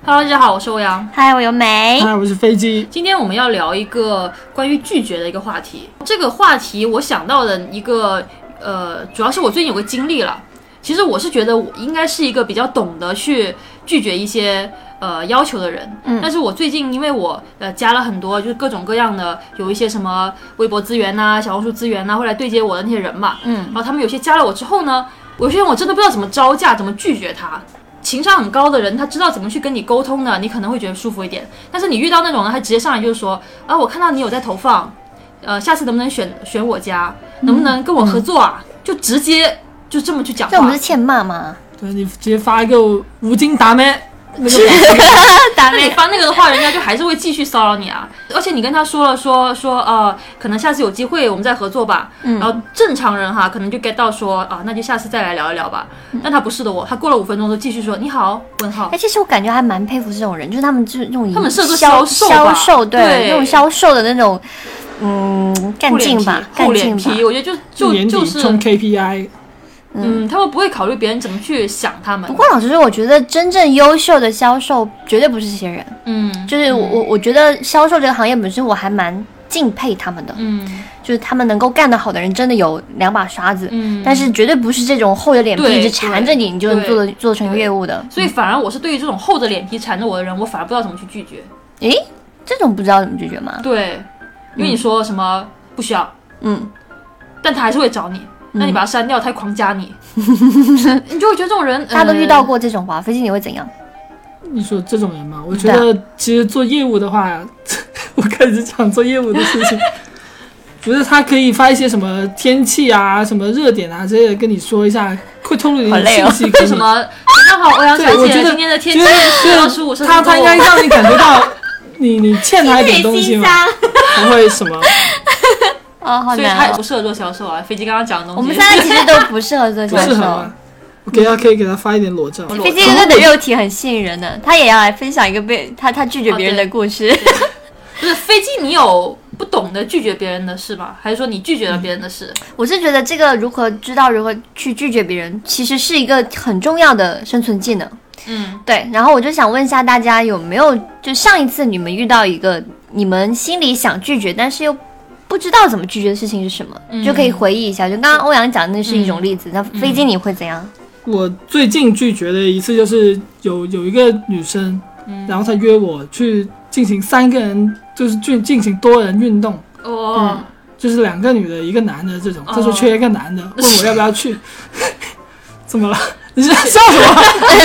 Hello， 大家好，我是欧阳。 嗨，我有美。 嗨，我是飞机。 今天我们要聊一个关于拒绝的一个话题。这个话题我想到的一个主要是我最近有个经历了。其实我是觉得我应该是一个比较懂得去拒绝一些要求的人，但是我最近因为我加了很多就是各种各样的，有一些什么微博资源呐、小红书资源呐，会来对接我的那些人嘛，然后他们有些加了我之后呢，有些人我真的不知道怎么招架，怎么拒绝他。情商很高的人，他知道怎么去跟你沟通的，你可能会觉得舒服一点。但是你遇到那种人，他直接上来就是说啊，我看到你有在投放，下次能不能选我家，能不能跟我合作啊？就直接就这么去讲话。 这我们是欠骂吗？ 对，你直接发一个无精打咩那个打你发那个的话，人家就还是会继续骚扰你啊。而且你跟他说了说可能下次有机会我们再合作吧。然后正常人哈可能就 get 到说啊，那就下次再来聊一聊吧。但他不是的他过了5分钟都继续说你好问号。 其实我感觉还蛮佩服这种人，就是他们就是那种他们适合做销售，对那种销售的那种干劲吧， 厚脸皮，我觉得就是冲 KPI。 他们不会考虑别人怎么去想他们。 不过老实说，我觉得真正优秀的销售绝对不是这些人。就是我觉得销售这个行业本身我还蛮敬佩他们的。就是他们能够干得好的人真的有2把刷子。但是绝对不是这种厚着脸皮一直缠着你就能做成业务的。 所以反而我是对于这种厚着脸皮缠着我的人，我反而不知道怎么去拒绝。 诶，这种不知道怎么拒绝吗？ 对，因为你说什么不需要，但他还是会找你。那你把它删掉，他会狂加你，你就会觉得这种人， 大家都遇到过这种吧？飞机你会怎样？ 你说这种人嘛，我觉得其实做业务的话，我开始讲做业务的事情，觉得他可以发一些什么天气啊、什么热点啊这些跟你说一下，会透露一点信息给你。 什么？早上好，欧阳小姐，今天的天气15摄氏度。 他应该让你感觉到你欠他一点东西嘛，不会什么。 好难。 所以他也不适合做销售啊。飞机刚刚讲的东西， 我们3个其实都不适合做销售。 不适合吗？我可以给他发一点裸照。 飞机哥哥的肉体很吸引人的，他也要来分享一个他拒绝别人的故事。 不是飞机，你有不懂得拒绝别人的事吗？还是说你拒绝了别人的事？ 我是觉得这个知道如何去拒绝别人，其实是一个很重要的生存技能。对。然后我就想问一下大家，有没有就上一次你们遇到一个你们心里想拒绝，但是又不知道怎么拒绝的事情是什么，就可以回忆一下。就刚刚欧阳讲的那是一种例子，那飞机你会怎样？ 我最近拒绝的一次就是有一个女生，然后她约我去进行3个人，就是进行多人运动。就是2个女的1个男的这种，这时候缺一个男的，问我要不要去。怎么了？你是笑什么？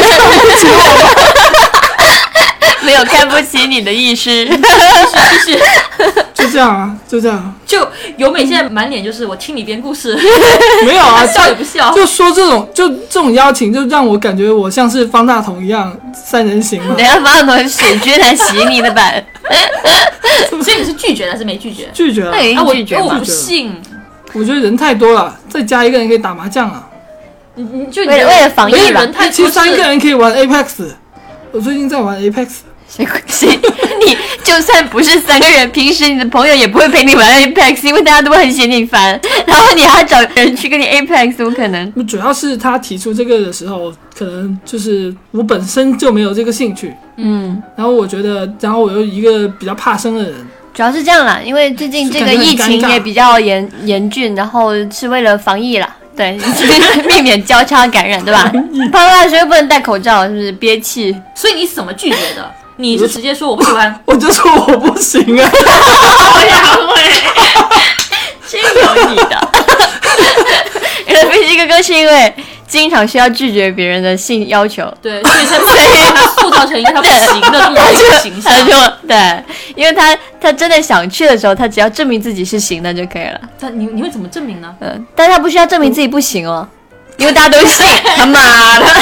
没有看不起你的意思。 继续。 就这样啊，就这样。 就由美现在满脸就是我听你编故事。 没有啊， 笑也不笑。 就说这种邀请，就让我感觉我像是方大同一样3人行嘛。 等下方大同水军来洗你的版。 所以你是拒绝的还是没拒绝？ 拒绝了。 我拒绝我不信。 我觉得人太多了，再加1个人可以打麻将啊。 你就为了防疫吧。 其实3个人可以玩 Apex。我最近在玩 Apex。 你就算不是3个人，平时你的朋友也不会陪你玩 Apex， 因为大家都很嫌你烦，然后你还要找人去跟你 Apex， 怎么可能？ 主要是他提出这个的时候，可能就是我本身就没有这个兴趣。然后我觉得，然后我又一个比较怕生的人。 主要是这样啦，因为最近这个疫情也比较严峻，然后是为了防疫啦。对，避免交叉感染，对吧？胖大学又不能戴口罩，是不是憋气？ 所以你是怎么拒绝的？你是直接说我不喜欢？ 我就说我不行啊！ 我也会，真有你的。原来飞机哥哥是因为经常需要拒绝别人的性要求， 对，所以他塑造成一个他不行的这么一个形象。 对，因为他真的想去的时候，他只要证明自己是行的就可以了。 你会怎么证明呢？ 但他不需要证明自己不行哦，因为大家都信。他妈的！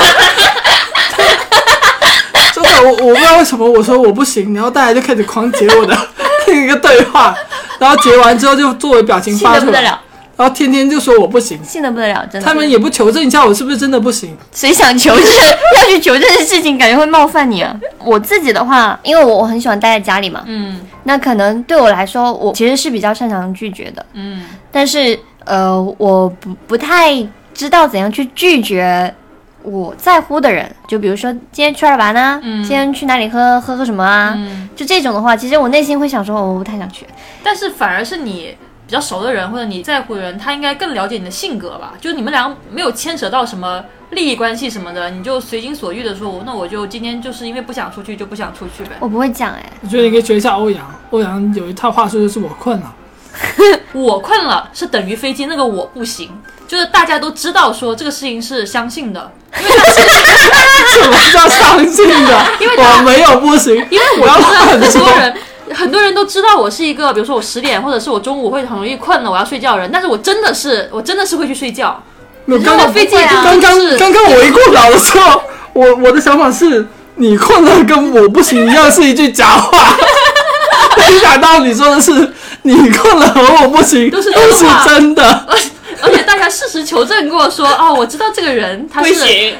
真的，我不知道为什么我说我不行，然后大家就开始狂截我的一个对话，然后截完之后就作为表情发出来。信得不得了。然后天天就说我不行， 信得不得了，真的。 他们也不求证一下我是不是真的不行。 谁想求证？要去求证的事情，感觉会冒犯你啊。我自己的话，因为我很喜欢待在家里嘛，那可能对我来说，我其实是比较擅长拒绝的，但是我不太知道怎样去拒绝我在乎的人，就比如说今天去哪儿玩啊，今天去哪里喝什么啊，就这种的话，其实我内心会想说我不太想去， 但是反而是你比较熟的人或者你在乎的人，他应该更了解你的性格吧，就是你们俩没有牵扯到什么利益关系什么的，你就随心所欲的说，那我就今天就是因为不想出去就不想出去呗。 我不会讲我觉得你可以学一下欧阳有一套话术就是我困了我困了是等于飞机那个我不行，就是大家都知道说这个事情是相信的，因为什么叫相信的？ 因为我没有不行， 因为我觉得很多人都知道我是一个，比如说我10点或者是我中午会很容易困了，我要睡觉的人，但是我真的是会去睡觉。 刚刚飞机刚刚我一过脑的时候，我的想法是你困了跟我不行一样是一句假话。没想到你说的是你困了和我不行都是真的。 而且大家事实求证过说，我知道这个人他是不行。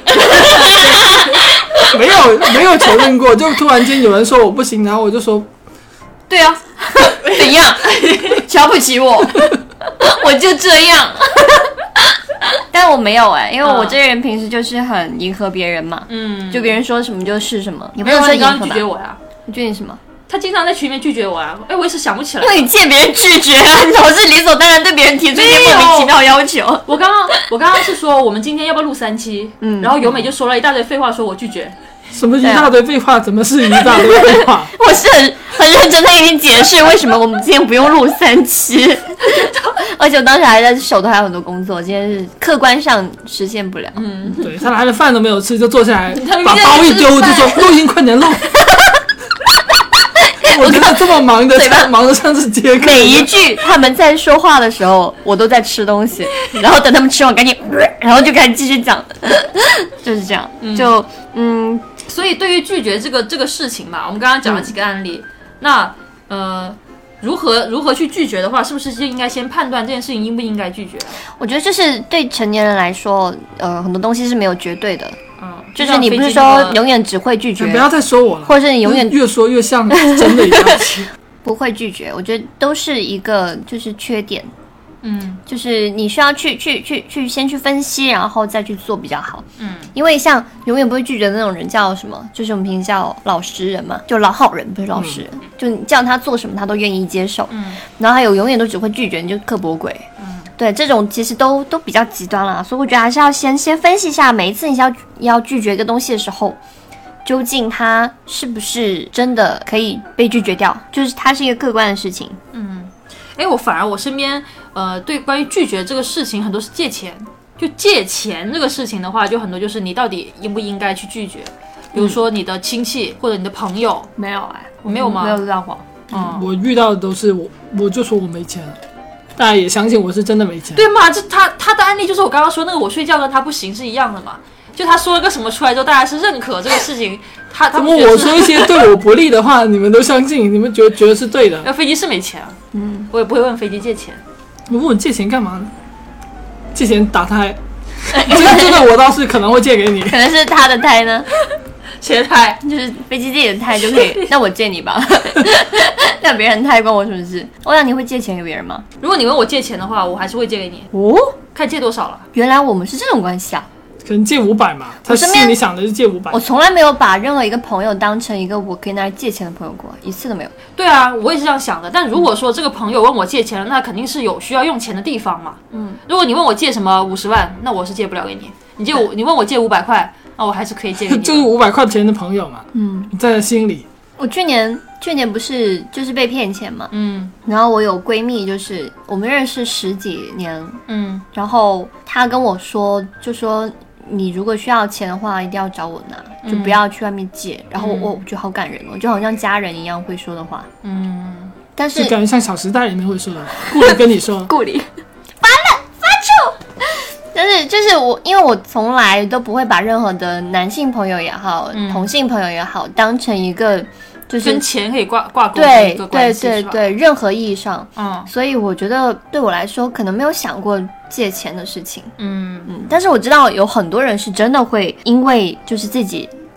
没有求证过，就突然间有人说我不行，然后我就说对啊，怎样瞧不起我我就这样。但我没有因为我这个人平时就是很迎合别人嘛，就别人说什么就是什么，你不能说迎合吧？ 拒绝我呀？ 你拒绝你什么？ 他经常在群里面拒绝我啊！我也是想不起来。 因为你见别人拒绝啊，你总是理所当然对别人提出一些莫名其妙要求。 我刚刚是说我们今天要不要录3期，然后由美就说了一大堆废话，说我拒绝。 什么一大堆废话？怎么是一大堆废话？ 我是很认真的给你解释为什么我们今天不用录3期，而且我当时还在手头还有很多工作，今天是客观上实现不了。 对，他连饭都没有吃就坐下来，把包一丢就说录音快点录。我觉得这么忙的，忙得像是接客。 每一句他们在说话的时候，我都在吃东西，然后等他们吃完，赶紧，然后就开始继续讲，就是这样。 所以对于拒绝这个事情嘛，我们刚刚讲了几个案例，那如何去拒绝的话，是不是就应该先判断这件事情应不应该拒绝？ 我觉得就是对成年人来说，很多东西是没有绝对的。就是你不是说永远只会拒绝， 不要再说我了， 或者是你永远越说越像真的一样。 不会拒绝，我觉得都是一个就是缺点。就是你需要去先去分析，然后再去做比较好。因为像永远不会拒绝的那种人叫什么？就是我们平时叫老实人嘛，就老好人，不是老实人。就你叫他做什么，他都愿意接受。然后还有永远都只会拒绝，你就刻薄鬼。对，这种其实都比较极端了，所以我觉得还是要先分析一下，每一次你要拒绝一个东西的时候，究竟它是不是真的可以被拒绝掉，就是它是一个客观的事情。 我身边对关于拒绝这个事情很多是借钱，就借钱这个事情的话，就很多就是你到底应不应该去拒绝，比如说你的亲戚或者你的朋友。 没有没有吗？ 没有遇到过。 我遇到的都是我就说我没钱，大家也相信我是真的没钱。 对嘛？这他的案例就是我刚刚说那个我睡觉跟他不行是一样的嘛？就他说了个什么出来之后，大家是认可这个事情。 怎么我说一些对我不利的话，你们都相信？你们觉得是对的？ 那飞机是没钱啊。我也不会问飞机借钱。 你问我借钱干嘛呢？借钱打胎。这个我倒是可能会借给你。 可能是他的胎呢？ 谁的胎？ 就是飞机自己的胎就可以。那我借你吧。那别人胎关我什么事？欧阳，你会借钱给别人吗？ 如果你问我借钱的话，我还是会借给你。看借多少了。 原来我们是这种关系啊。 可能借500嘛，他心里想的是借500。 我从来没有把任何一个朋友当成一个我可以拿来借钱的朋友过，一次都没有。 对啊，我也是这样想的。但如果说这个朋友问我借钱了，那肯定是有需要用钱的地方嘛。如果你问我借什么50万，那我是借不了给你。你问我借500块，那我还是可以借给你。 就是500块钱的朋友嘛。你在心里。 我去年不是就是被骗钱嘛。然后我有闺蜜，就是我们认识10几年。然后她跟我说，就说。你如果需要钱的话，一定要找我拿，就不要去外面借。然后我觉得好感人哦，就好像家人一样会说的话。但是就感觉像《小时代》里面会说的，顾里跟你说， 顾里发臭。但是就是因为我从来都不会把任何的男性朋友也好，同性朋友也好，当成一个就是跟钱可以挂钩的一个关系， 对，任何意义上。所以我觉得对我来说，可能没有想过借钱的事情。但是我知道有很多人是真的会因为就是自己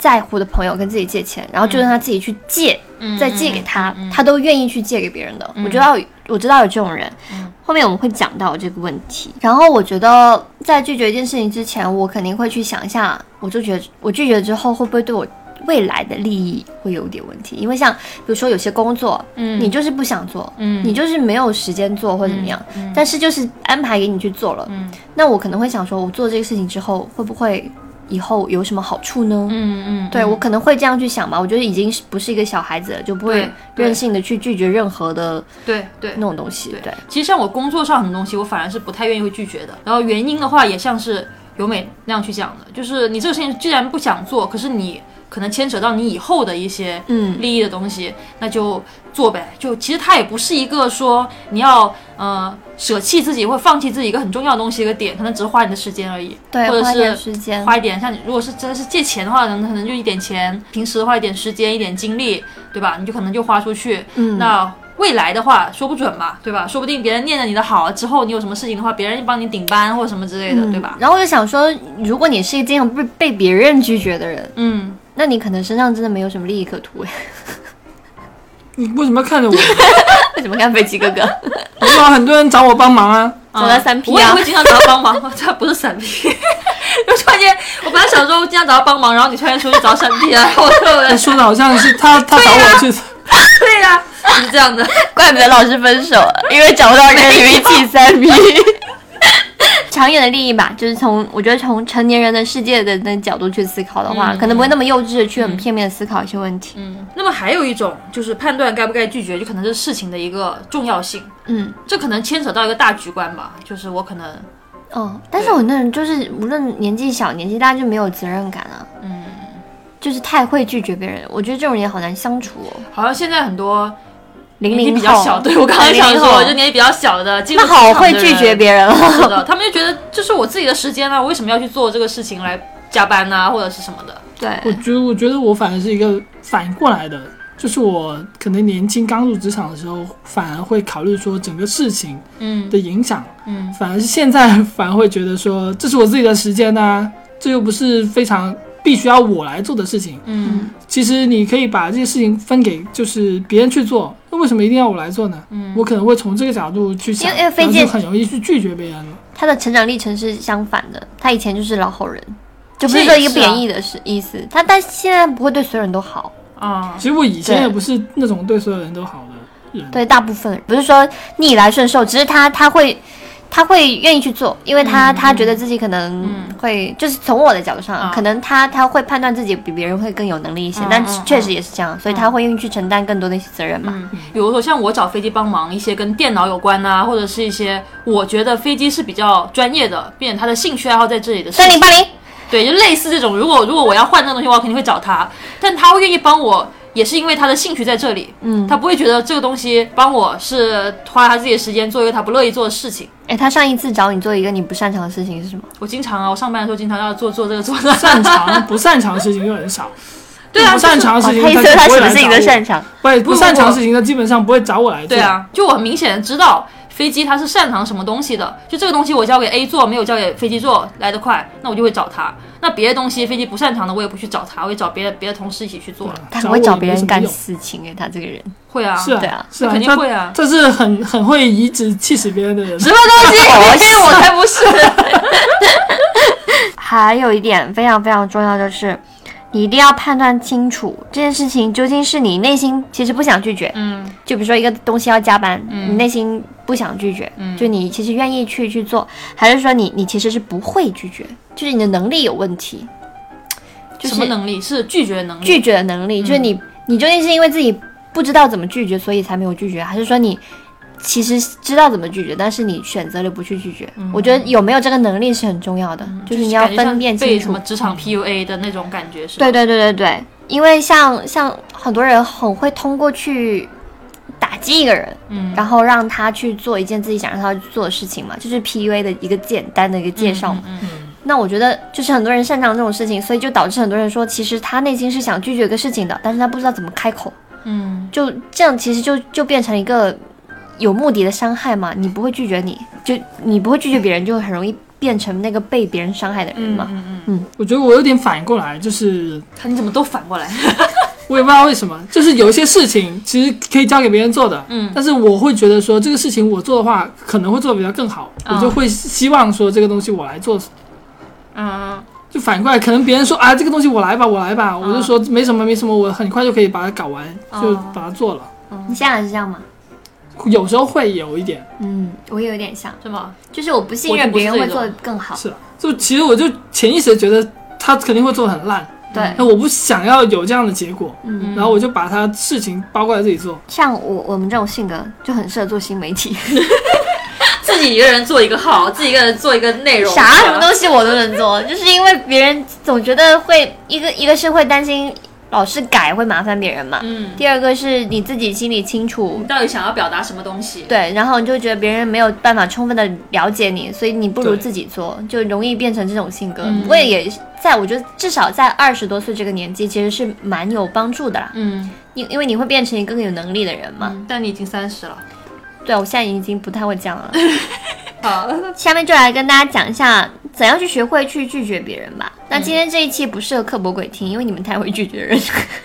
在乎的朋友跟自己借钱，然后就让他自己去借，再借给他，他都愿意去借给别人的。我知道有这种人，后面我们会讲到这个问题。然后我觉得在拒绝一件事情之前，我肯定会去想一下，我拒绝之后会不会对我未来的利益会有点问题。因为像比如说有些工作，你就是不想做，你就是没有时间做或怎么样，但是就是安排给你去做了，那我可能会想说，我做这个事情之后会不会以后有什么好处呢？对，我可能会这样去想吧。我觉得已经不是一个小孩子了，就不会任性的去拒绝任何的那种东西。对， 其实像我工作上很多东西，我反而是不太愿意会拒绝的。然后原因的话，也像是由美那样去讲的，就是你这个事情既然不想做，可是你可能牵扯到你以后的一些利益的东西，那就做呗。就其实它也不是一个说你要舍弃自己或放弃自己一个很重要的东西一个点，可能只是花你的时间而已。 对， 或者是时间花一点，像你如果是真的是借钱的话，可能就一点钱，平时的话一点时间一点精力，对吧？你就可能就花出去。那未来的话说不准嘛，对吧？说不定别人念着你的好之后，你有什么事情的话，别人帮你顶班或者什么之类的，对吧？ 然后我就想说，如果你是一个经常被别人拒绝的人，那你可能身上真的没有什么利益可图。 你为什么要看着我？ 为什么看飞机哥哥？ 我有很多人找我帮忙啊， 找他3P 啊， 我也会经常找他帮忙，这不是3P。我突然间，我本来想说经常找他帮忙，然后你突然说去找3P 啊，我说的好像是他找我去。 对呀，是这样的， 怪不得老是分手了，因为找不到人一起3P。长远的利益吧，就是我觉得从成年人的世界的那角度去思考的话，可能不会那么幼稚的去很片面的思考一些问题。 那么还有一种就是判断该不该拒绝，就可能是事情的一个重要性。这可能牵扯到一个大局观吧，就是我可能但是我那人就是无论年纪小年纪大就没有责任感啊。就是太会拒绝别人，我觉得这种人也好难相处哦。 好像现在很多年纪比较小，对，我刚刚想说，就年纪比较小的， 那好会拒绝别人了。 是的，他们就觉得这是我自己的时间啊，我为什么要去做这个事情来加班啊，或者是什么的？ 对， 我觉得我反而是一个反过来的，就是我可能年轻刚入职场的时候，反而会考虑说整个事情的影响，反而是现在反而会觉得说这是我自己的时间啊，这又不是非常必须要我来做的事情。其实你可以把这些事情分给就是别人去做，那为什么一定要我来做呢？我可能会从这个角度去想，然后就很容易去拒绝别人了。 他的成长历程是相反的，他以前就是老好人，就不是说一个贬义的意思。但现在不会对所有人都好啊。 其实我以前也不是那种对所有人都好的人。 对，大部分人不是说逆来顺受，只是他会愿意去做，因为他觉得自己可能会，就是从我的角度上，可能他会判断自己比别人会更有能力一些，但确实也是这样，所以他会愿意去承担更多的一些责任嘛。 比如说像我找飞机帮忙一些跟电脑有关啊，或者是一些我觉得飞机是比较专业的，并且他的兴趣爱好在这里的 3080， 对，就类似这种。如果我要换这个东西，我肯定会找他，但他会愿意帮我。也是因为他的兴趣在这里，他不会觉得这个东西帮我是花他自己的时间做一个他不乐意做的事情。 他上一次找你做一个你不擅长的事情是什么？ 我经常我上班的时候经常要做这个做那。 不擅长的事情就很少。 对啊， 不擅长的事情他什么事情都擅长， 不擅长的事情他基本上不会找我来做。 对啊，就我很明显的知道飞机它是擅长什么东西的，就这个东西我交给 A 做没有交给飞机做来得快，那我就会找他。那别的东西飞机不擅长的我也不去找他，我会找别的同事一起去做了。 他很会找别人干事情他这个人会啊， 是啊， 对啊， 是啊， 肯定会啊， 这是很会颐指气使别人的人。 什么东西？我才不是。 还有一点非常非常重要，就是你一定要判断清楚这件事情究竟是你内心其实不想拒绝，就比如说一个东西要加班，你内心不想拒绝，就你其实愿意去做，还是说你其实是不会拒绝，就是你的能力有问题。 什么能力？是拒绝能力？ 拒绝的能力，就是你究竟是因为自己不知道怎么拒绝，所以才没有拒绝，还是说你其实知道怎么拒绝，但是你选择了不去拒绝？我觉得有没有这个能力是很重要的，就是你要分辨清楚。 被什么职场 PUA 的那种感觉是吧？ 对，因为像很多人很会通过去打击一个人，然后让他去做一件自己想让他去做的事情嘛，就是 PUA 的一个简单的一个介绍嘛。那我觉得就是很多人擅长这种事情，所以就导致很多人说，其实他内心是想拒绝一个事情的，但是他不知道怎么开口。就这样，其实就变成一个有目的的伤害嘛，你不会拒绝你不会拒绝别人，就很容易变成那个被别人伤害的人嘛。 我觉得我有点反过来，就是你怎么都反过来？ 我也不知道为什么，就是有一些事情其实可以交给别人做的，但是我会觉得说这个事情我做的话可能会做的比较更好，我就会希望说这个东西我来做。就反过来，可能别人说啊这个东西我来吧，我就说没什么，我很快就可以把它搞完，就把它做了。 你现在是这样吗？ 有时候会有一点， 我也有点像， 是吗？ 就是我不信任别人会做得更好。 是啊，就其实我就潜意识的觉得他肯定会做得很烂。 对， 那我不想要有这样的结果，然后我就把他事情包过来自己做。 像我们这种性格就很适合做新媒体， 自己一个人做一个号，自己一个人做一个内容， 啥什么东西我都能做，就是因为别人总觉得会一个是会担心老是改会麻烦别人嘛，第二个是你自己心里清楚你到底想要表达什么东西， 对，然后你就觉得别人没有办法充分的了解你，所以你不如自己做，就容易变成这种性格。不过也在我觉得至少在20多岁这个年纪其实是蛮有帮助的啦，因为你会变成一个更有能力的人嘛。 但你已经30了。 对，我现在已经不太会这样了。 好， 下面就来跟大家讲一下怎样去学会去拒绝别人吧。那今天这一期不适合刻薄鬼听，因为你们太会拒绝人。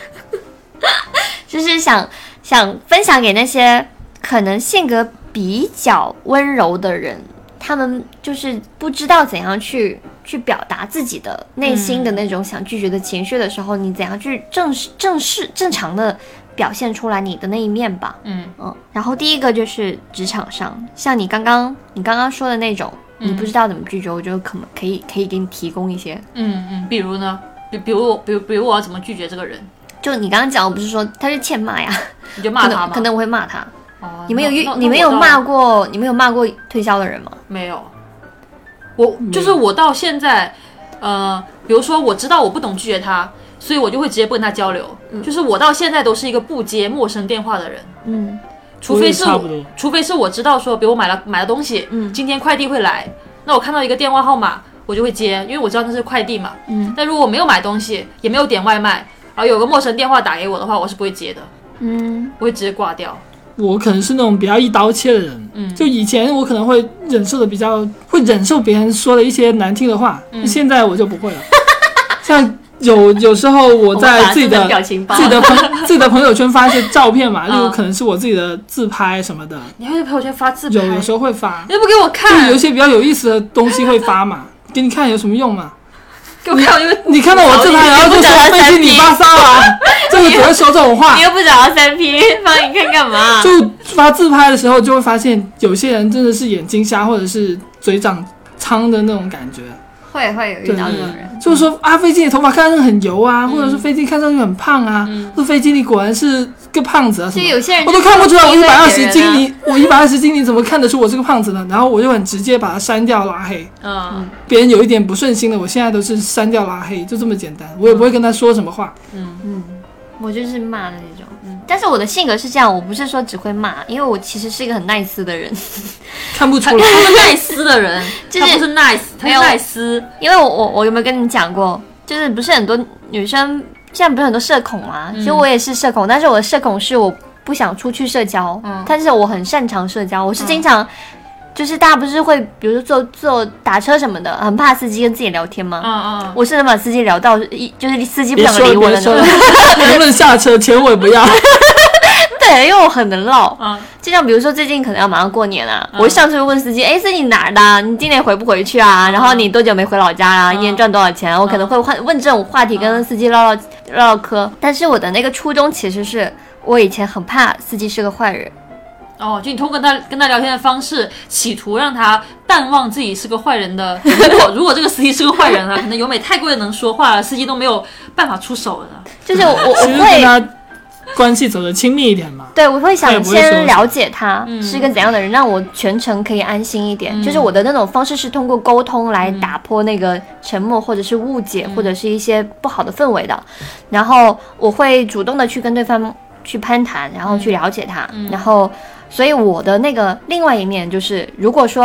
就是想分享给那些可能性格比较温柔的人，他们就是不知道怎样去表达自己的内心的那种想拒绝的情绪的时候，你怎样去正常的表现出来你的那一面吧。然后第一个就是职场上，像你刚刚说的那种，你不知道怎么拒绝，我觉得可以给你提供一些。 比如呢？比如我要怎么拒绝这个人？ 就你刚刚讲，我不是说他是欠骂呀， 你就骂他吗？ 可能我会骂他。你们你有骂过推销的人吗？ 没有。就是我到现在，比如说我知道我不懂拒绝他，所以我就会直接不跟他交流。就是我到现在都是一个不接陌生电话的人。除非是我知道说，比如我买了东西，今天快递会来，那我看到一个电话号码，我就会接，因为我知道那是快递嘛。但如果我没有买东西，也没有点外卖，然后有个陌生电话打给我的话，我是不会接的。我会直接挂掉。 我可能是那种比较一刀切的人，就以前我可能会忍受别人说的一些难听的话，现在我就不会了。像有时候我在自己的朋友圈发一些照片嘛，例如可能是我自己的自拍什么的。 你会在朋友圈发自拍？ 有时候会发。 你都不给我看？ 就有些比较有意思的东西会发嘛，给你看有什么用嘛？ 给我看， 你看到我自拍，然后就说飞机你发烧了，就只会说这种话。 你又不找到3P，帮你看干嘛？ 就发自拍的时候，就会发现有些人真的是眼睛瞎，或者是嘴长疮的那种感觉。 会有遇到这种人， 就是说啊，飞机你头发看上去很油啊，或者是飞机看上去很胖啊，说飞机你果然是个胖子啊什么。 所以有些人我都看不出来，我120斤，我120斤，你怎么看得出我是个胖子呢？然后我就很直接把它删掉拉黑。别人有一点不顺心的，我现在都是删掉拉黑，就这么简单，我也不会跟他说什么话。 我就是骂的那种。但是我的性格是这样，我不是说只会骂，因为我其实是一个很 nice 的人。 看不出来， 他是耐斯的人， 就是、 他不是 nice， 他是耐斯。 因为我有没有跟你讲过，就是不是很多女生现在不是很多社恐嘛？其实我也是社恐，但是我的社恐是我不想出去社交，但是我很擅长社交，我是经常。就是大家不是会，比如说坐打车什么的，很怕司机跟自己聊天吗？我是能把司机聊到，就是司机不想理我的那种。 能不能下车？钱我也不要。 对，因为我很能唠。就像比如说最近可能要马上过年了，我上车就问司机，司机你哪儿的？你今年回不回去啊？然后你多久没回老家啦？一年赚多少钱？我可能会问这种话题跟司机唠嗑。但是我的那个初衷其实是我以前很怕司机是个坏人。 就你通过跟他聊天的方式，企图让他淡忘自己是个坏人的。如果这个司机是个坏人啊，可能由美太过于能说话了，司机都没有办法出手了。 就是我会跟他关系走得亲密一点嘛。 对，我会想先了解他是一个怎样的人，让我全程可以安心一点。就是我的那种方式是通过沟通来打破那个沉默或者是误解或者是一些不好的氛围的。然后我会主动的去跟对方去攀谈，然后去了解他，然后。所以我的那个另外一面就是，如果说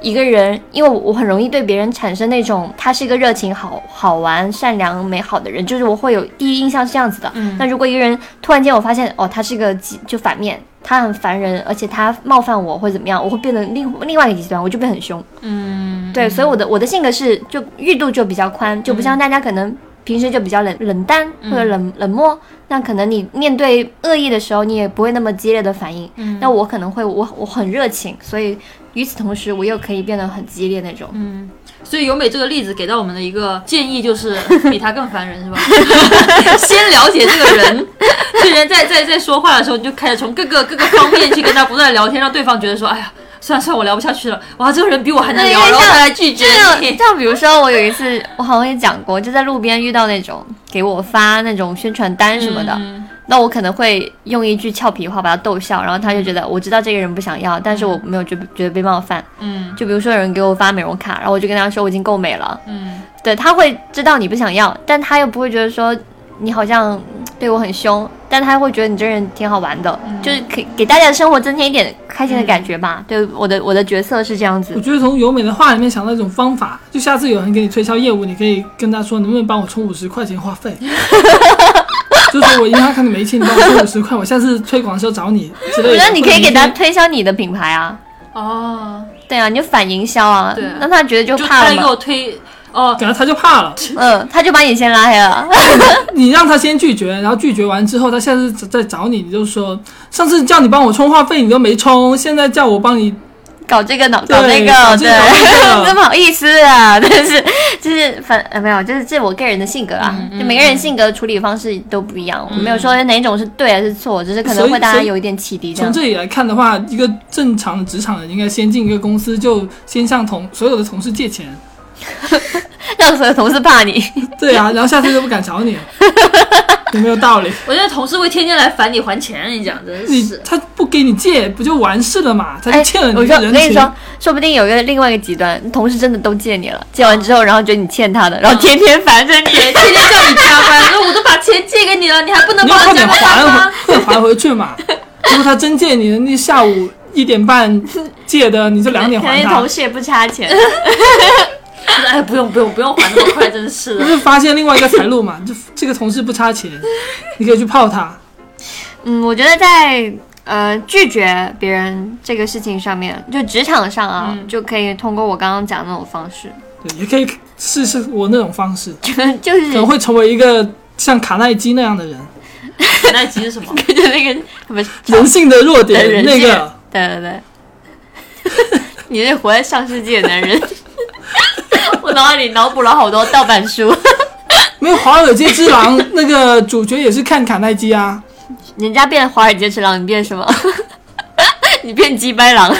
一个人，因为我很容易对别人产生那种他是一个热情好玩善良美好的人，就是我会有第一印象是这样子的。那如果一个人突然间我发现他是个就反面，他很烦人，而且他冒犯我或者怎么样，我会变得另外一个极端，我就变很凶。对，所以我的性格是就域度就比较宽，就不像大家可能平时就比较冷淡或者冷漠，那可能你面对恶意的时候你也不会那么激烈的反应。那我可能会我很热情，所以与此同时我又可以变得很激烈那种。 所以由美这个例子给到我们的一个建议就是比他更烦人是吧？先了解这个人，这人在说话的时候你就开始从各个方面去跟他不断聊天，让对方觉得说哎呀算了我聊不下去了，哇这个人比我还能聊，然后他来拒绝你。 像比如说我有一次我好像也讲过，就在路边遇到那种给我发那种宣传单什么的，那我可能会用一句俏皮话把他逗笑，然后他就觉得我知道这个人不想要，但是我没有觉得被冒犯。就比如说有人给我发美容卡，然后我就跟他说我已经够美了。对，他会知道你不想要，但他又不会觉得说你好像对我很凶，但他会觉得你这人挺好玩的，就是给大家的生活增添一点开心的感觉吧。对，我的角色是这样子。 我觉得从由美的话里面想到一种方法，就下次有人给你推销业务，你可以跟他说能不能帮我充50块钱话费。就是我银行卡里没钱，你帮我充50块，我下次推广的时候找你之类的。 我觉得你可以给他推销你的品牌啊。对啊，你就反营销啊。 对， 让他觉得就怕了嘛。 就他给我推给他就怕了。 他就把你先拉黑了。 你让他先拒绝，然后拒绝完之后他下次再找你，你就说上次叫你帮我充话费你都没充，现在叫我帮你搞这个搞那个，对，真不好意思啊。但是就是没有，就是这我个人的性格啊，就每个人性格处理方式都不一样，我没有说哪一种是对还是错，只是可能会大家有一点启迪。 从这里来看的话，一个正常的职场人应该先进一个公司就先向所有的同事借钱。 让所有同事怕你。 对啊，然后下次就不敢找你了。有没有道理？ 我觉得同事会天天来烦你还钱，你讲真是。 他不给你借不就完事了嘛？他就欠了你的人情。 我跟你说，说不定有另外一个极端，同事真的都借你了，借完之后然后觉得你欠他的，然后天天烦着你，天天叫你加班，说我都把钱借给你了，你还不能帮我加个班吗？ 快点还回去嘛。如果他真借你，那下午1点半借的，你就2点还他。 同事也不差钱。 哎，不用还那么快，真是的。 就是发现另外一个财路嘛，就这个同事不差钱，你可以去泡他。 我觉得在拒绝别人这个事情上面，就职场上啊，就可以通过我刚刚讲的那种方式。 对，也可以试试我那种方式， 就是可能会成为一个像卡耐基那样的人。 卡耐基是什么？ 就那个什么人性的弱点那个。 对。你是活在上世纪的男人。我脑海里脑补了好多盗版书。 没有《华尔街之狼》那个主角也是看卡耐基啊。 人家变华尔街之狼，你变什么？你变鸡掰狼。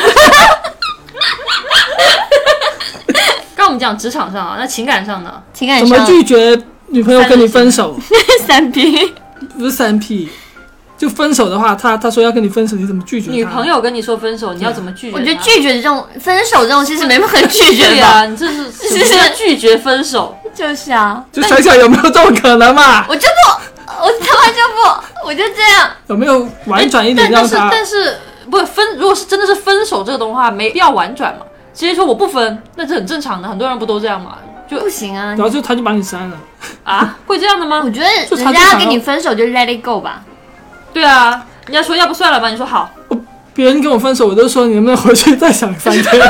刚我们讲职场上啊，那情感上呢？ 情感上怎么拒绝女朋友跟你分手 ？3P 不是3P。就分手的话，他说要跟你分手，你怎么拒绝他？ 女朋友跟你说分手，你要怎么拒绝？ 我觉得拒绝这种分手这种其实没很拒绝的。 对啊，你这是拒绝分手。 就是啊， 就想想有没有这种可能嘛？ 我就不，我他妈就不，我就这样。 有没有婉转一点让他？ 但是不分，如果是真的是分手这个东西，没必要婉转嘛。直接说我不分，那这很正常的，很多人不都这样嘛？就不行啊。 然后他就把你删了啊？会这样的吗？ 我觉得人家要跟你分手就 let it go 吧。对啊，人家说要不算了吧，你说好。 别人跟我分手，我都说你能不能回去再想3天。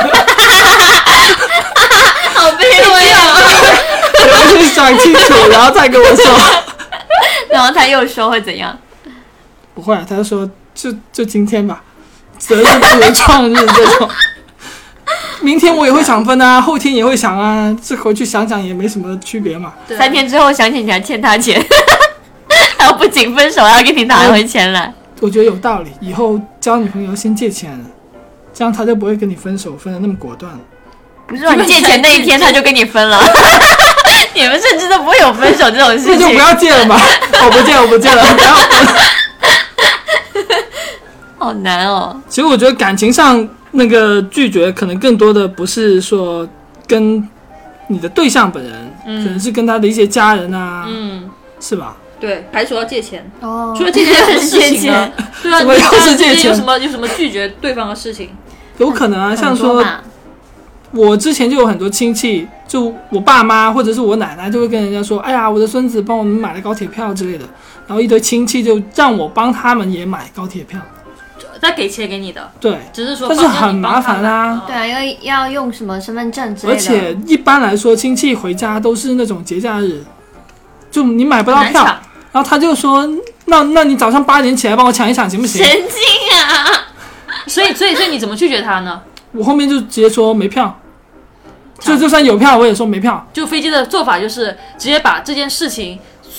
好卑微啊！ 我去想清楚，然后再跟我说。 然后他又说会怎样？ 不会，他就说就今天吧，择日不如撞日这种。明天我也会想分啊，后天也会想啊，这回去想想也没什么区别嘛。 3天之后想起你还欠他钱。还要不仅分手，还要给你拿回钱来。 我觉得有道理，以后交女朋友先借钱，这样他就不会跟你分手分得那么果断。 不是你借钱那一天他就跟你分了。你们甚至都不会有分手这种事情。 那就不要借了嘛。我不借了，不要分。 好难哦。 其实我觉得感情上那个拒绝可能更多的不是说跟你的对象本人，可能是跟他的一些家人啊，是吧？ 对，还说要借钱哦， 除了借钱有什么事情呢？对啊， 你是借钱有什么拒绝对方的事情？ 有可能啊，像说我之前就有很多亲戚，就我爸妈或者是我奶奶就会跟人家说，哎呀，我的孙子帮我们买了高铁票之类的，然后一堆亲戚就让我帮他们也买高铁票， 再给钱给你的， 对， 只是说但是很麻烦啊。 对啊，因为要用什么身份证之类的， 而且一般来说亲戚回家都是那种节假日，就你买不到票，然后他就说，那你早上8点起来帮我抢一抢行不行？ 神经啊！ 所以你怎么拒绝他呢？我后面就直接说没票，就算有票我也说没票。 就飞机的做法就是直接把这件事情，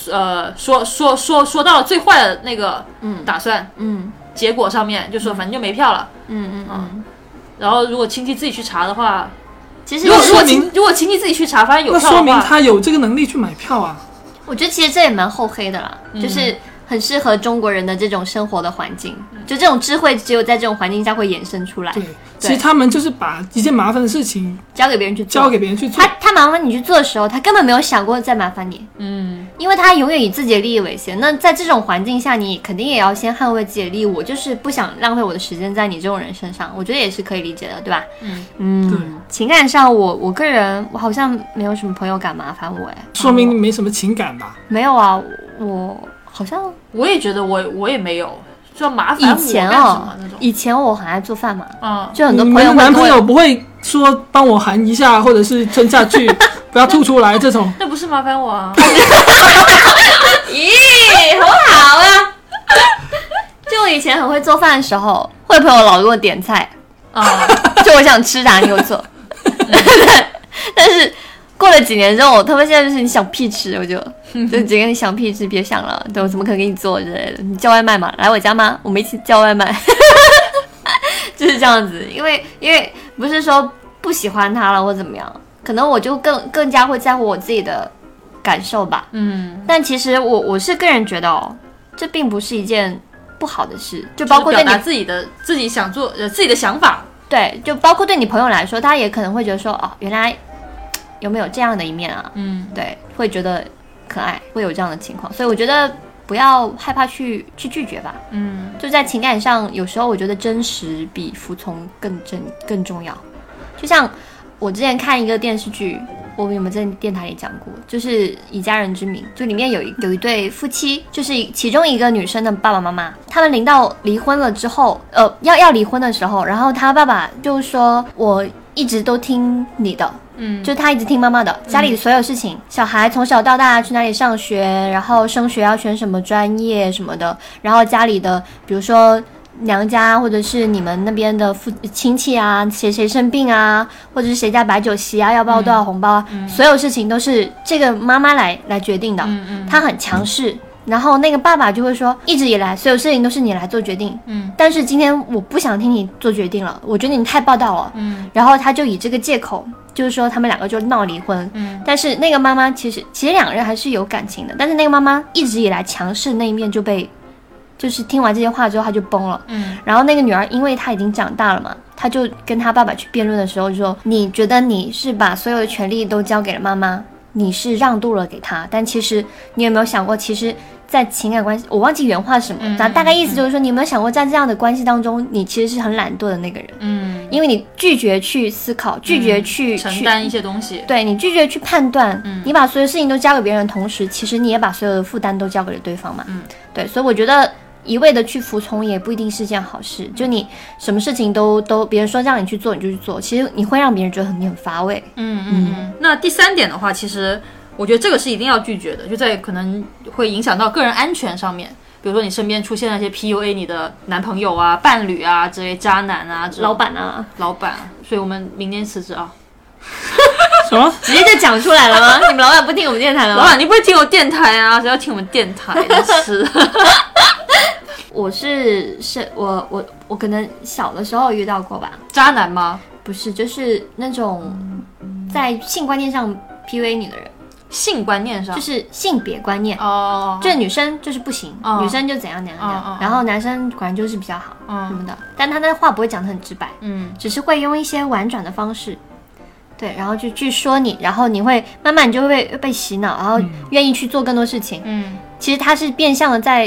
说到了最坏的那个打算，结果上面就说反正就没票了，然后如果亲戚自己去查的话，其实如果亲戚自己去查发现有票的话， 那说明他有这个能力去买票啊。 我觉得其实这也蛮厚黑的啦，就是很适合中国人的这种生活的环境，就这种智慧只有在这种环境下会衍生出来。 对，其实他们就是把一件麻烦的事情交给别人去做，他麻烦你去做的时候，他根本没有想过再麻烦你，因为他永远以自己的利益为先。那在这种环境下，你肯定也要先捍卫自己的利益。我就是不想浪费我的时间在你这种人身上，我觉得也是可以理解的，对吧？对。情感上我个人我好像没有什么朋友敢麻烦我， 说明你没什么情感吧？ 没有啊，我好像我也觉得我也没有。就麻烦我干什么那种。以前我很爱做饭嘛，就很多朋友会，男朋友不会说帮我含一下，或者是吞下去，不要吐出来这种。 那不是麻烦我啊！ 咦，很好啊！就我以前很会做饭的时候，会朋友老给我点菜就我想吃啥你给我做，但是。过了几年之后，他们现在就是你想屁吃，我就直接你想屁吃，别想了，对我怎么可能给你做之类的？你叫外卖嘛，来我家吗？我们一起叫外卖，就是这样子。因为不是说不喜欢他了或怎么样，可能我就更加会在乎我自己的感受吧。但其实我是个人觉得这并不是一件不好的事，就包括对你表达自己想做自己的想法。 对，就包括对你朋友来说，他也可能会觉得说原来。有没有这样的一面啊？对，会觉得可爱，会有这样的情况，所以我觉得不要害怕去拒绝吧。就在情感上，有时候我觉得真实比服从更重要。就像我之前看一个电视剧，我有没有在电台里讲过？就是《以家人之名》，就里面有一对夫妻，就是其中一个女生的爸爸妈妈，他们临到离婚了之后，要离婚的时候，然后他爸爸就说：“我一直都听你的。”就他一直听妈妈的，家里所有事情，小孩从小到大去哪里上学，然后升学要选什么专业什么的，然后家里的比如说娘家或者是你们那边的亲戚啊，谁生病啊，或者是谁家摆酒席啊，要包多少红包啊，所有事情都是这个妈妈来决定的，她很强势。然后那个爸爸就会说，一直以来所有事情都是你来做决定，但是今天我不想听你做决定了，我觉得你太霸道了，然后他就以这个借口，就是说他们两个就闹离婚，但是那个妈妈其实两个人还是有感情的，但是那个妈妈一直以来强势那一面就被，就是听完这些话之后他就崩了，然后那个女儿因为她已经长大了嘛，她就跟她爸爸去辩论的时候就说，你觉得你是把所有的权利都交给了妈妈，你是让渡了给她，但其实你有没有想过，其实在情感关系，我忘记原话是什么，大概意思就是说，你有没有想过，在这样的关系当中，你其实是很懒惰的那个人，因为你拒绝去思考，拒绝去承担一些东西， 对，你拒绝去判断，你把所有事情都交给别人的同时，其实你也把所有的负担都交给了对方嘛，对，所以我觉得一味的去服从也不一定是件好事，就你什么事情都别人说让你去做你就去做，其实你会让别人觉得你很乏味。 那第3点的话，其实我觉得这个是一定要拒绝的，就在可能会影响到个人安全上面，比如说你身边出现那些 PUA 你的男朋友啊、伴侣啊之类、渣男啊、 老板啊， 所以我们明年辞职啊。 什么？ 直接就讲出来了吗？你们老板不听我们电台了吗？ 老板你不会听我电台啊？谁要听我们电台？真是。 我可能小的时候遇到过吧。 渣男吗？ 不是，就是那种在性观念上 PUA 你的人。 性观念上就是性别观念就是女生就是不行，女生就怎样，然后男生果然就是比较好什么的，但他的话不会讲得很直白，只是会用一些婉转的方式，对，然后就去说你，然后你会慢慢你就会被洗脑，然后愿意去做更多事情。其实他是变相的在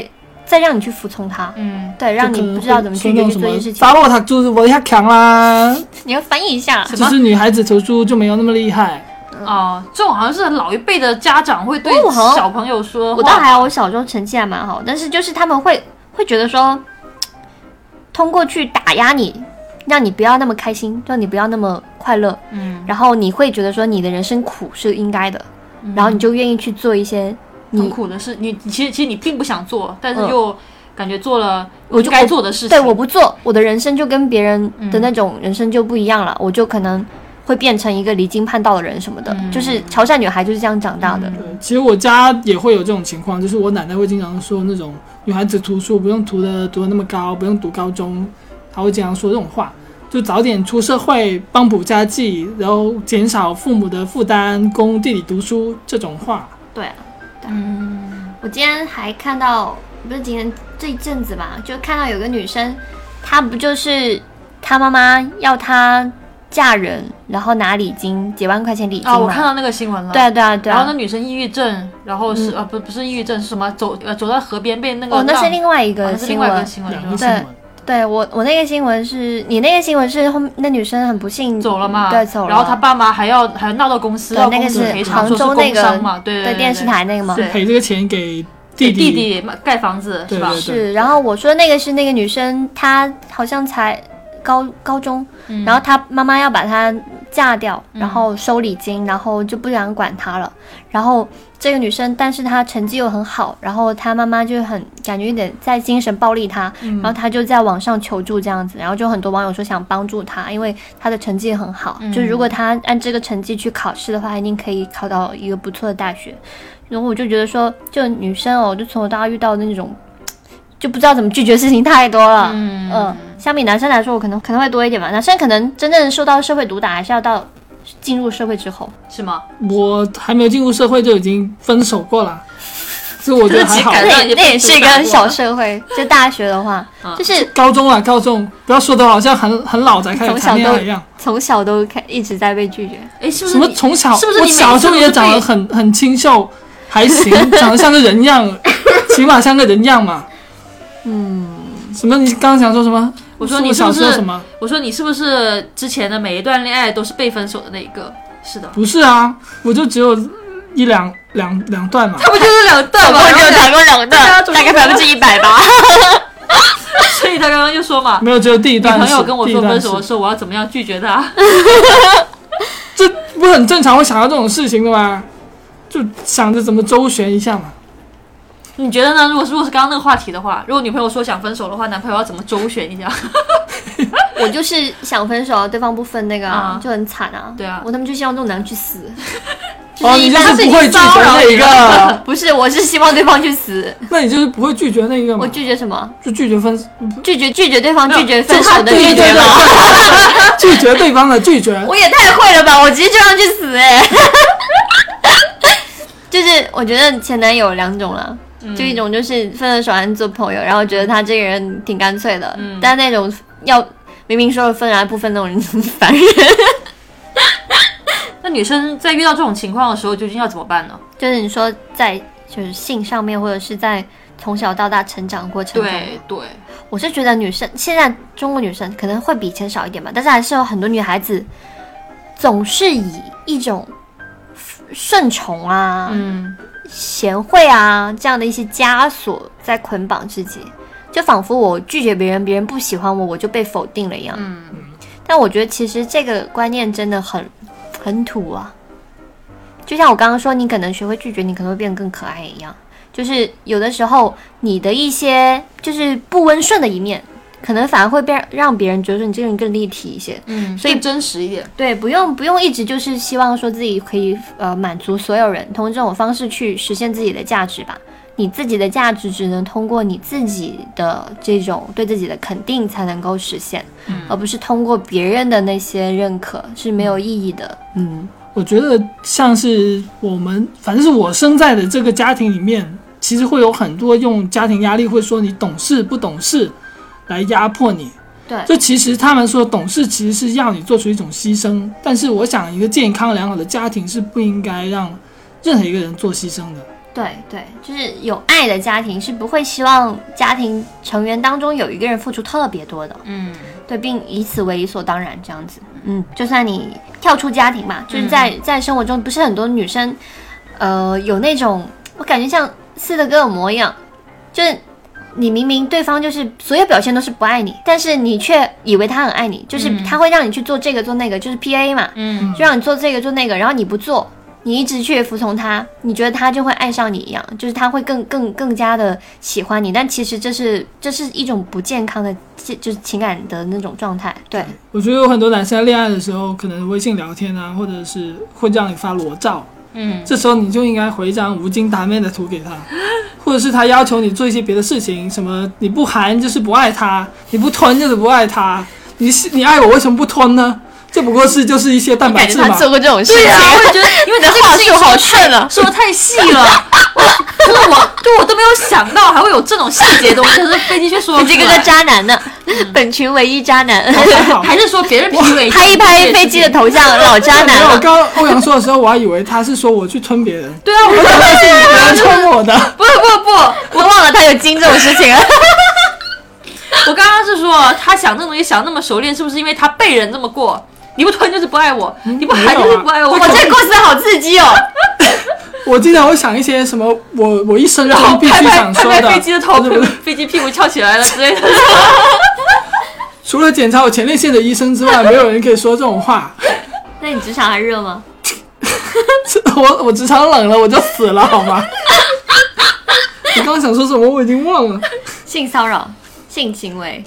再让你去服从他，对，让你不知道怎么拒绝去做一件事情。 打我读书我太强啦， 你要翻译一下， 就是女孩子读书就没有那么厉害。 这种好像是老一辈的家长会对小朋友说话。 我倒还好，我小时候成绩还蛮好，但是就是他们会觉得说，通过去打压你，让你不要那么开心，让你不要那么快乐，然后你会觉得说你的人生苦是应该的，然后你就愿意去做一些很苦的事，你其实你并不想做，但是又感觉做了我就该做的事情。 对，我不做，我的人生就跟别人的那种人生就不一样了，我就可能会变成一个离经叛道的人什么的，就是潮汕女孩就是这样长大的。 对，其实我家也会有这种情况，就是我奶奶会经常说那种女孩子读书不用读得那么高，不用读高中，她会经常说这种话，就早点出社会帮补家计，然后减少父母的负担，供弟弟读书这种话。 对，我今天还看到，不是今天这一阵子吧，就看到有个女生，她不就是她妈妈要她嫁人，然后拿礼金几万块钱礼金嘛。 我看到那个新闻了。 对啊。 然后那女生抑郁症，然后是不是抑郁症是什么？走到河边被那个那是另外一个新闻。对，我那个新闻是你那个新闻是那女生很不幸走了嘛？ 对，走了。 然后她爸妈还要闹到公司， 对，那个是杭州那个嘛，对电视台那个嘛， 赔这个钱给弟弟盖房子是吧？ 是。然后我说那个是那个女生，她好像才高中，然后她妈妈要把她嫁掉，然后收礼金，然后就不想管她了。然后这个女生，但是她成绩又很好，然后她妈妈就很感觉有点在精神暴力她，然后她就在网上求助这样子，然后就很多网友说想帮助她，因为她的成绩很好，就是如果她按这个成绩去考试的话，一定可以考到一个不错的大学。然后我就觉得说，就女生就从头到大遇到的那种，就不知道怎么拒绝事情太多了。相比男生来说，我可能会多一点吧。男生可能真正受到社会毒打，还是要到进入社会之后， 是吗？ 我还没有进入社会就已经分手过了，所以我觉得还好。 那也是一个小社会。就大学的话，就是高中不要说的好像很老才开始谈恋爱一样。 从小都一直在被拒绝。 是不是？ 什么从小？ 是不是我小时候也长得很清秀，还行，长得像个人样，起码像个人样嘛。什么？你刚刚想说什么？ 我说你是不是什么？我说你是不是之前的每一段恋爱都是被分手的那一个？是的。 不是啊，我就只有两段嘛。 他不就是两段吗？ 我只有谈过两段，大概100%吧。 所以他刚刚就说嘛， 没有，只有第一段。 女朋友跟我说分手的时候，我要怎么样拒绝他？ 这不很正常会想到这种事情的吗？就想着怎么周旋一下嘛。 你觉得呢？如果是刚刚那个话题的话，如果女朋友说想分手的话，男朋友要怎么周旋一下？ 我就是想分手，对方不分那个就很惨啊。 对啊， 我他们就希望这种男人去死。 你就是不会拒绝那一个。 不是，我是希望对方去死。 那你就是不会拒绝那一个吗？ 我拒绝什么？ 就拒绝拒绝对方，拒绝分手的拒绝吗？ 拒绝对方的拒绝。 我也太会了吧！我直接就让去死就是我觉得前男友两种了。就一种就是分了手还做朋友，然后觉得他这个人挺干脆的，但那种要明明说了分还不分那种人很烦人。 那女生在遇到这种情况的时候，究竟要怎么办呢？ 就是你说在就是性上面，或者是在从小到大成长过程中， 对， 我是觉得女生现在中国女生可能会比以前少一点吧，但是还是有很多女孩子总是以一种顺从啊，贤惠啊这样的一些枷锁在捆绑自己，就仿佛我拒绝别人，别人不喜欢我，我就被否定了一样。但我觉得其实这个观念真的很土啊。就像我刚刚说，你可能学会拒绝，你可能会变得更可爱一样。就是有的时候你的一些就是不温顺的一面，可能反而会让别人觉得你这个人更立体一些，所以更真实一点。 对，不用一直就是希望说自己可以满足所有人，通过这种方式去实现自己的价值吧。你自己的价值只能通过你自己的这种对自己的肯定才能够实现，而不是通过别人的那些认可，是没有意义的。 我觉得像是反正是我生在的这个家庭里面，其实会有很多用家庭压力会说你懂事不懂事来压迫你。 对， 就其实他们说懂事其实是要你做出一种牺牲，但是我想一个健康良好的家庭是不应该让任何一个人做牺牲的。 对对，就是有爱的家庭是不会希望家庭成员当中有一个人付出特别多的，对，并以此为理所当然这样子。就算你跳出家庭嘛，就是在生活中，不是很多女生，有那种我感觉像斯德哥尔摩一样，就是你明明对方就是所有表现都是不爱你，但是你却以为他很爱你，就是他会让你去做这个做那个，就是 PA 嘛，就让你做这个做那个，然后你不做。你一直去服从他，你觉得他就会爱上你一样，就是他会更加的喜欢你，但其实这是一种不健康的就是情感的那种状态。对， 我觉得有很多男生在恋爱的时候，可能微信聊天啊，或者是会让你发裸照，这时候你就应该回一张无精打采的图给他，或者是他要求你做一些别的事情，什么你不含就是不爱他，你不吞就是不爱他，你爱我为什么不吞呢？这不过就是一些蛋白质嘛。 他做过这种事情。 对啊，我也觉得，因为你的话术好顺啊， 说的太细了，我都没有想到还会有这种细节东西，可是飞机却说你这个叫渣男呢，本群唯一渣男。 还是说别人 PUA 拍一拍飞机的头像，老渣男了。 我刚刚欧阳说的时候，我还以为他是说我去吞别人。 对啊，我以为是别人吞我的。 不，我忘了他有经这种事情了。 我刚刚是说他想这东西想那么熟练，是不是因为他被人这么过？你不吞就是不爱我，你不含就是不爱我。 我这个故事好刺激哦！ 我经常会想一些什么我一生中必须想说的， 拍飞机的头，飞机屁股翘起来了之类的。 除了检查我前列腺的医生之外，没有人可以说这种话。 那你职场还热吗？ 我职场冷了我就死了好吗？你刚刚想说什么我已经忘了。 性骚扰。性行为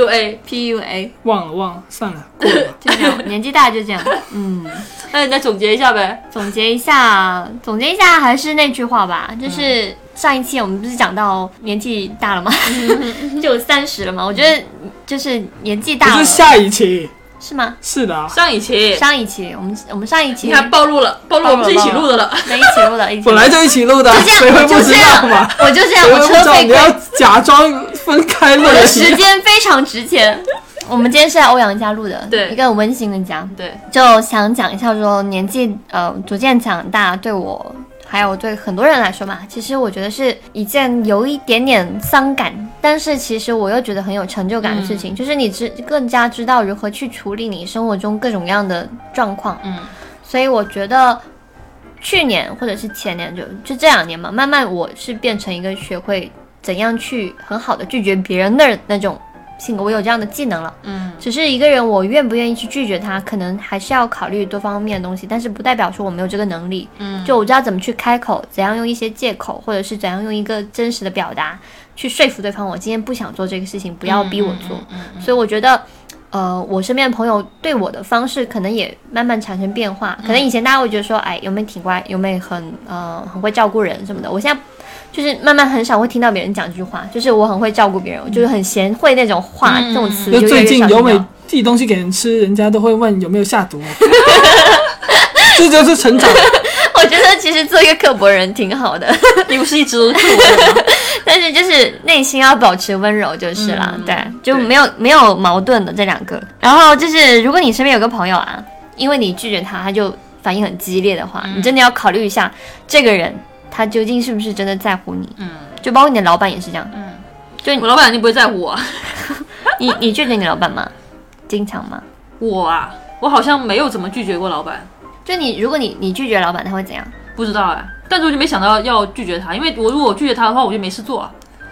PUA 忘了算了过了就这样，年纪大就这样。 那你再总结一下呗。 总结一下还是那句话吧，就是上一期我们不是讲到年纪大了吗？就30了嘛。我觉得就是年纪大了。 不是下一期是吗？ 是的， 上一期我们上一期你看暴露了，我们是一起录的了， 一起录的， 本来就一起录的，谁会不知道嘛？ 我就这样，我车费你要假装分开录的， 时间非常值钱。我们今天是在欧阳家录的， 对， 一个很温馨的家， 对， 就想讲一下说年纪逐渐长大对我。还有对很多人来说嘛，其实我觉得是一件有一点点伤感，但是其实我又觉得很有成就感的事情，就是你更加知道如何去处理你生活中各种各样的状况。所以我觉得去年或者是前年就这2年嘛，慢慢我是变成一个学会怎样去很好的拒绝别人的那种性格，我有这样的技能了。只是一个人我愿不愿意去拒绝他，可能还是要考虑多方面的东西，但是不代表说我没有这个能力。就我知道怎么去开口，怎样用一些借口，或者是怎样用一个真实的表达去说服对方，我今天不想做这个事情，不要逼我做。所以我觉得我身边的朋友对我的方式可能也慢慢产生变化。可能以前大家会觉得说，哎，有没有挺乖，有没有很会照顾人什么的，我现在就是慢慢很少会听到别人讲这句话，就是我很会照顾别人，我就是很贤惠那种话，这种词就越来越少。 最近有美寄东西给人吃，人家都会问有没有下毒。这就是成长。 我觉得其实做一个刻薄人挺好的。 你不是一直都是刻薄人吗？ 但是就是内心要保持温柔就是啦。对，就没有矛盾的这2个。然后就是如果你身边有个朋友啊，因为你拒绝他就反应很激烈的话，你真的要考虑一下这个人他究竟是不是真的在乎你。就包括你的老板也是这样。 就我老板肯定不会在乎我。 你拒绝你老板吗？经常吗？ 我好像没有怎么拒绝过老板。 就如果你拒绝老板他会怎样？ 不知道但是我就没想到要拒绝他，因为如果拒绝他的话我就没事做。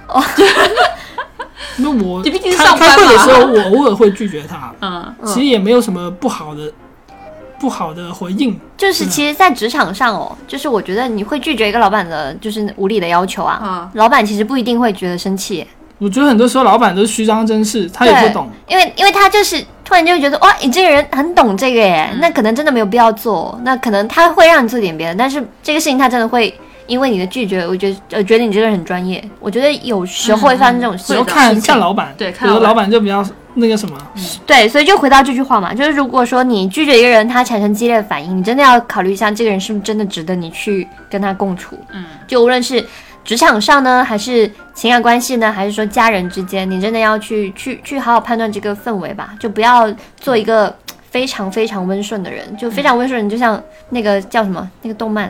那我毕竟是上班嘛， 开会的时候我偶尔会拒绝他。其实也没有什么不好的回应。 就是其实在职场上就是我觉得你会拒绝一个老板的就是无理的要求老板其实不一定会觉得生气。 我觉得很多时候老板都是虚张声势，他也不懂。因为他就是突然就会觉得哇，你这个人很懂这个耶，那可能真的没有必要做，那可能他会让你做点别的，但是这个事情他真的会因为你的拒绝，我觉得你这个人很专业。我觉得有时候会发生这种事情。 看老板， 对， 有的老板就比较那个什么。 对，所以就回到这句话嘛，就是如果说你拒绝一个人，他产生激烈的反应，你真的要考虑一下这个人是不是真的值得你去跟他共处。就无论是职场上呢，还是情感关系呢，还是说家人之间，你真的要去好好判断这个氛围吧，就不要做一个非常非常温顺的人。就非常温顺的人，就像那个叫什么那个动漫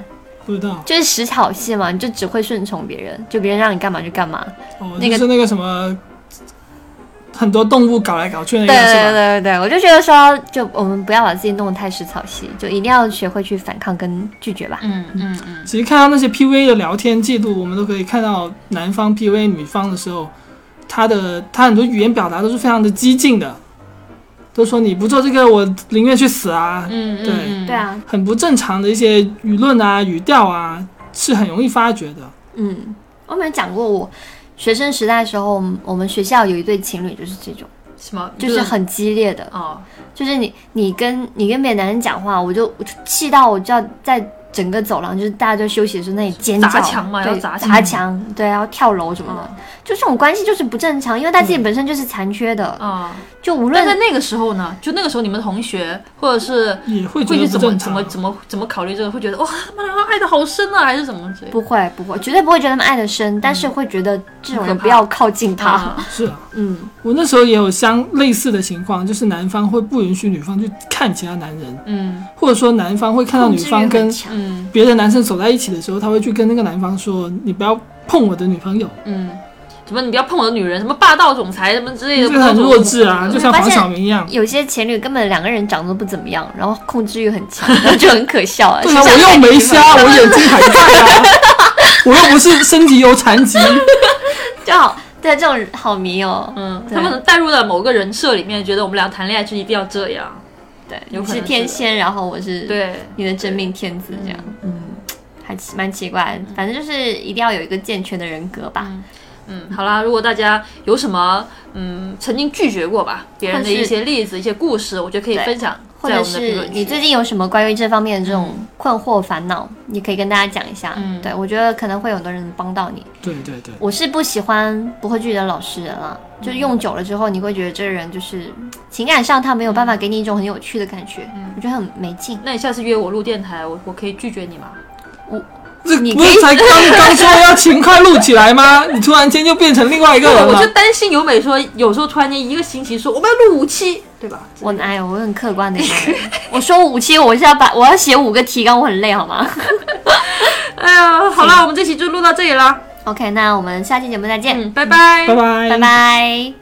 不知道， 就是食草系嘛，你就只会顺从别人，就别人让你干嘛就干嘛。 就是那个什么，很多动物搞来搞去那个对是吧？ 对，我就觉得说，就我们不要把自己弄得太食草系，就一定要学会去反抗跟拒绝吧。 其实看到那些 PUA 的聊天记录，我们都可以看到男方 PUA 女方的时候，他很多语言表达都是非常的激进的。都说你不做这个，我宁愿去死啊！ 对啊， 很不正常的一些舆论啊、语调啊，是很容易发觉的。 我没有讲过，我学生时代的时候，我们学校有一对情侣，就是这种， 什么， 就是很激烈的哦， 就是你跟别的男人讲话，我就气到我就要在整个走廊，就是大家都休息的时候那里尖叫， 砸墙嘛，要砸墙，对，要跳楼什么的，就这种关系就是不正常，因为他自己本身就是残缺的就无论在那个时候呢，就那个时候你们同学或者是也会去怎么考虑这个，会觉得哇他们两个爱的好深啊，还是怎么之类的？ 不会，绝对不会觉得他们爱的深，但是会觉得这种人不要靠近他。 是啊，我那时候也有类似的情况，就是男方会不允许女方去看其他男人，或者说男方会看到女方跟别的男生走在一起的时候，他会去跟那个男方说：“你不要碰我的女朋友。” 什么你不要碰我的女人，什么霸道总裁什么之类的， 这个很弱智啊，就像黄晓明一样。 有些情侣根本两个人长得不怎么样，然后控制欲很强，就很可笑啊。 对啊，我又没瞎，我眼睛还在啊，我又不是身体有残疾， 就好。对，这种好迷哦。 他们带入了某个人设里面，觉得我们俩谈恋爱就一定要这样。 对，你是天仙，然后我是对你的真命天子，这样，还蛮奇怪。反正就是一定要有一个健全的人格吧。 好啦，如果大家有什么曾经拒绝过吧别人的一些例子、一些故事，我觉得可以分享在我们的评论区。 或者是你最近有什么关于这方面的这种困惑、烦恼，你可以跟大家讲一下。对，我觉得可能会有很多人帮到你。 对， 我是不喜欢不会拒绝老实人啦，就是用久了之后，你会觉得这个人就是情感上他没有办法给你一种很有趣的感觉，我觉得很没劲。 那你下次约我录电台，我可以拒绝你吗？ 你不是才刚说要勤快录起来吗？你突然间就变成另外一个人了。 我就担心由美说，有时候突然间一个星期说我们要录5期，对吧？ 我很客观的一个人。我说5期，我要写5个提纲，我很累好吗？ 哎呀，好了，我们这期就录到这里了。 OK， 那我们下期节目再见。 拜拜， 拜拜， 拜拜。